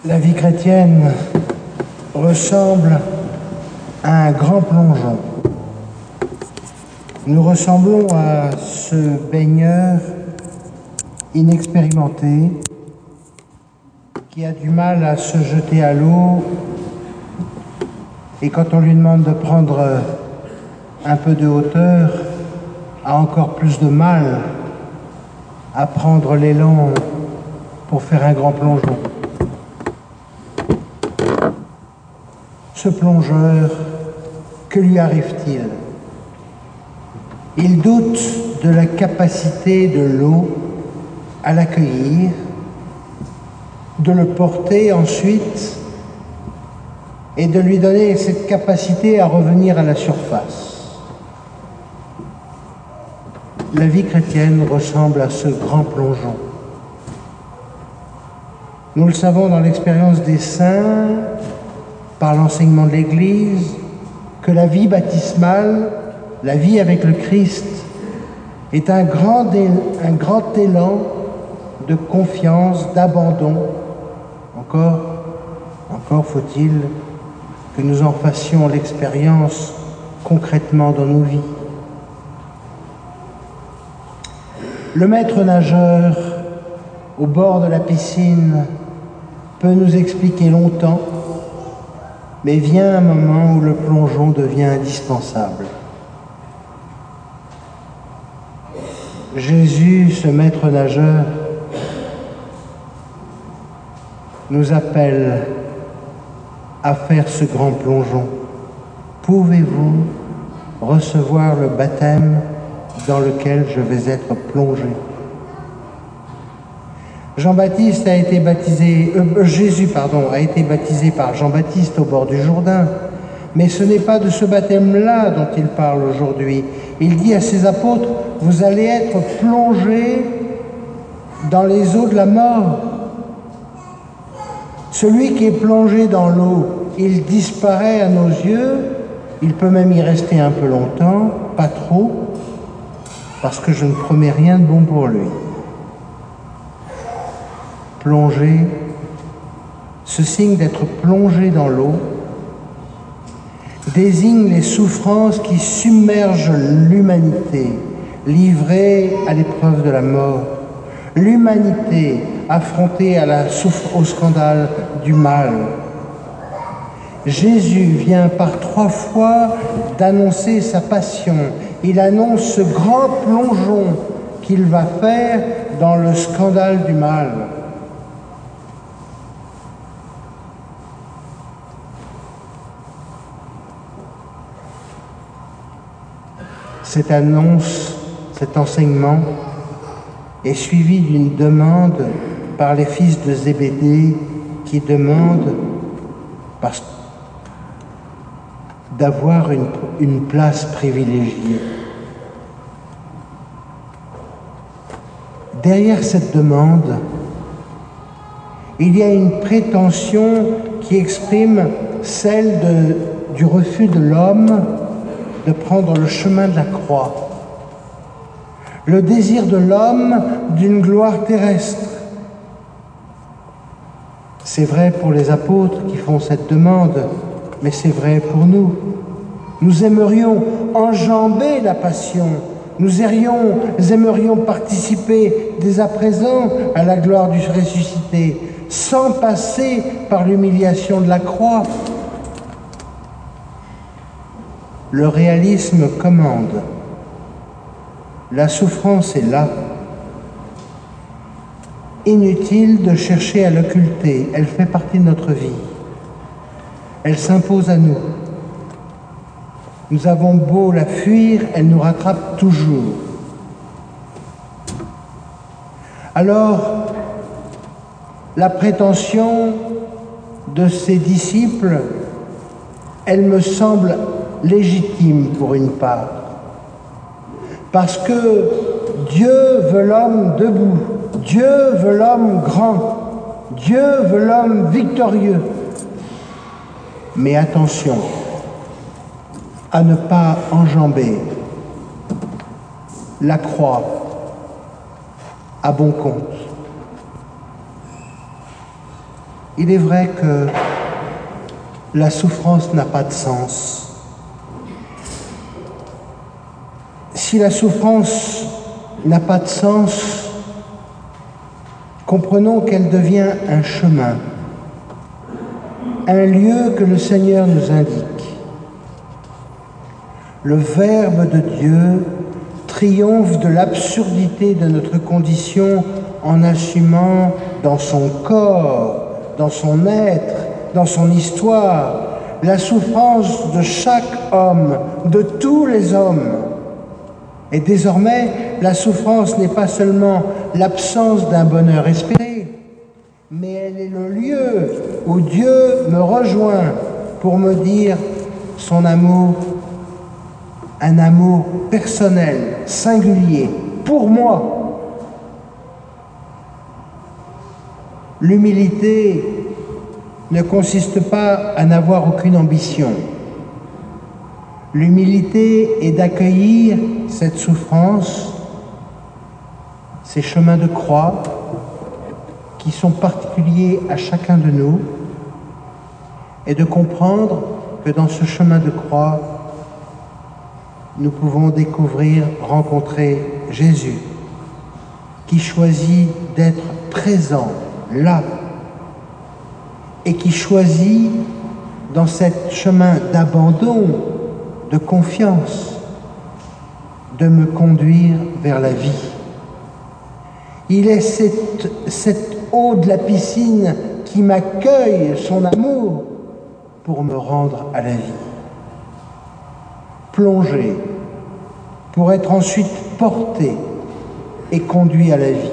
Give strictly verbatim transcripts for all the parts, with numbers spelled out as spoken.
La vie chrétienne ressemble à un grand plongeon. Nous ressemblons à ce baigneur inexpérimenté qui a du mal à se jeter à l'eau, et quand on lui demande de prendre un peu de hauteur, a encore plus de mal à prendre l'élan pour faire un grand plongeon. Ce plongeur, que lui arrive-t-il? Il doute de la capacité de l'eau à l'accueillir, de le porter ensuite et de lui donner cette capacité à revenir à la surface. La vie chrétienne ressemble à ce grand plongeon. Nous le savons dans l'expérience des saints, par l'enseignement de l'Église, que la vie baptismale, la vie avec le Christ, est un grand, un grand élan de confiance, d'abandon. Encore, encore faut-il que nous en fassions l'expérience concrètement dans nos vies. Le maître nageur au bord de la piscine peut nous expliquer longtemps, mais vient un moment où le plongeon devient indispensable. Jésus, ce maître nageur, nous appelle à faire ce grand plongeon. Pouvez-vous recevoir le baptême dans lequel je vais être plongé? Jean-Baptiste a été baptisé, euh, Jésus pardon, a été baptisé par Jean-Baptiste au bord du Jourdain. Mais ce n'est pas de ce baptême-là dont il parle aujourd'hui. Il dit à ses apôtres, vous allez être plongés dans les eaux de la mort. Celui qui est plongé dans l'eau, il disparaît à nos yeux. Il peut même y rester un peu longtemps, pas trop, parce que je ne promets rien de bon pour lui. Plongé, ce signe d'être plongé dans l'eau désigne les souffrances qui submergent l'humanité, livrée à l'épreuve de la mort. L'humanité affrontée à la souff- au scandale du mal. Jésus vient par trois fois d'annoncer sa passion. Il annonce ce grand plongeon qu'il va faire dans le scandale du mal. Cette annonce, cet enseignement est suivi d'une demande par les fils de Zébédée qui demandent parce d'avoir une, une place privilégiée. Derrière cette demande, il y a une prétention qui exprime celle de, du refus de l'homme de prendre le chemin de la croix, le désir de l'homme d'une gloire terrestre. C'est vrai pour les apôtres qui font cette demande, mais c'est vrai pour nous. Nous aimerions enjamber la passion, nous aimerions, aimerions participer dès à présent à la gloire du ressuscité, sans passer par l'humiliation de la croix. Le réalisme commande. La souffrance est là. Inutile de chercher à l'occulter. Elle fait partie de notre vie. Elle s'impose à nous. Nous avons beau la fuir, elle nous rattrape toujours. Alors, la prétention de ses disciples, elle me semble légitime pour une part, parce que Dieu veut l'homme debout, Dieu veut l'homme grand, Dieu veut l'homme victorieux. Mais attention à ne pas enjamber la croix à bon compte. Il est vrai que la souffrance n'a pas de sens. Si la souffrance n'a pas de sens, comprenons qu'elle devient un chemin, un lieu que le Seigneur nous indique. Le Verbe de Dieu triomphe de l'absurdité de notre condition en assumant dans son corps, dans son être, dans son histoire, la souffrance de chaque homme, de tous les hommes. Et désormais, la souffrance n'est pas seulement l'absence d'un bonheur espéré, mais elle est le lieu où Dieu me rejoint pour me dire son amour, un amour personnel, singulier, pour moi. L'humilité ne consiste pas à n'avoir aucune ambition. L'humilité est d'accueillir cette souffrance, ces chemins de croix qui sont particuliers à chacun de nous, et de comprendre que dans ce chemin de croix, nous pouvons découvrir, rencontrer Jésus, qui choisit d'être présent là, et qui choisit, dans ce chemin d'abandon, de confiance, de me conduire vers la vie. Il est cette, cette eau de la piscine qui m'accueille, son amour, pour me rendre à la vie. Plonger, pour être ensuite porté et conduit à la vie.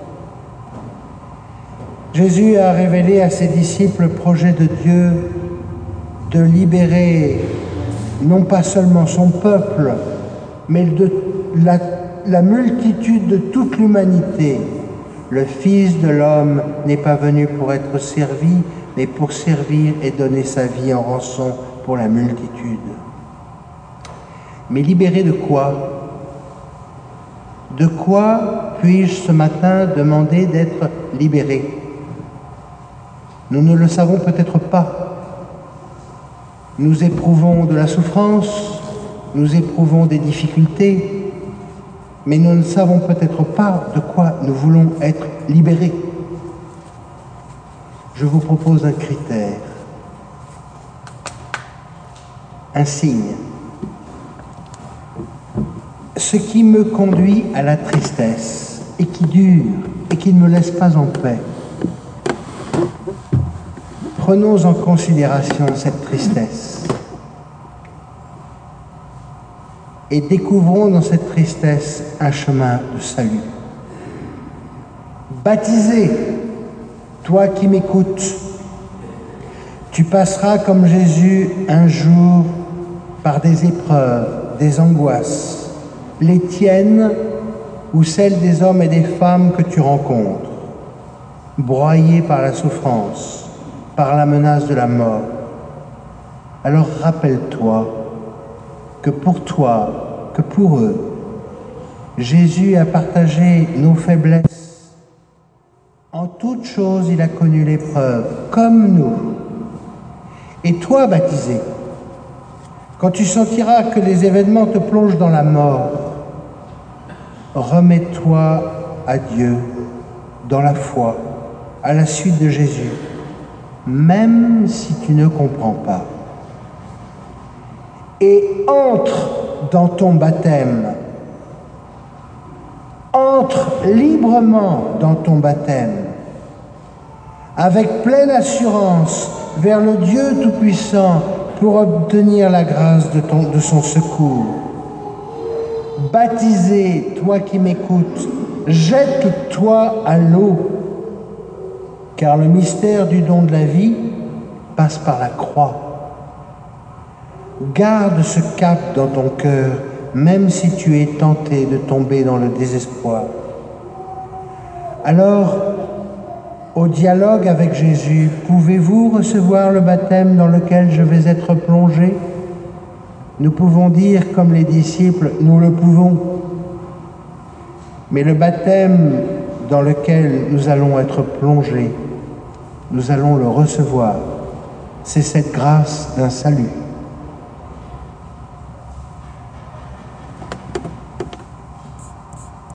Jésus a révélé à ses disciples le projet de Dieu de libérer non pas seulement son peuple, mais de la, la multitude de toute l'humanité. Le Fils de l'homme n'est pas venu pour être servi, mais pour servir et donner sa vie en rançon pour la multitude. Mais libéré de quoi? De quoi puis-je ce matin demander d'être libéré? Nous ne le savons peut-être pas. Nous éprouvons de la souffrance, nous éprouvons des difficultés, mais nous ne savons peut-être pas de quoi nous voulons être libérés. Je vous propose un critère, un signe. Ce qui me conduit à la tristesse et qui dure et qui ne me laisse pas en paix. Prenons en considération cette tristesse et découvrons dans cette tristesse un chemin de salut. Baptisé, toi qui m'écoutes, tu passeras comme Jésus un jour par des épreuves, des angoisses, les tiennes ou celles des hommes et des femmes que tu rencontres, broyés par la souffrance, par la menace de la mort. Alors rappelle-toi que pour toi, que pour eux, Jésus a partagé nos faiblesses. En toute chose, il a connu l'épreuve, comme nous. Et toi, baptisé, quand tu sentiras que les événements te plongent dans la mort, remets-toi à Dieu dans la foi, à la suite de Jésus, même si tu ne comprends pas. Et entre dans ton baptême, entre librement dans ton baptême, avec pleine assurance vers le Dieu Tout-Puissant pour obtenir la grâce de, ton, de son secours. Baptisé, toi qui m'écoutes, jette-toi à l'eau, car le mystère du don de la vie passe par la croix. Garde ce cap dans ton cœur, même si tu es tenté de tomber dans le désespoir. Alors, au dialogue avec Jésus, pouvez-vous recevoir le baptême dans lequel je vais être plongé? Nous pouvons dire, comme les disciples, nous le pouvons. Mais le baptême dans lequel nous allons être plongés nous allons le recevoir. C'est cette grâce d'un salut.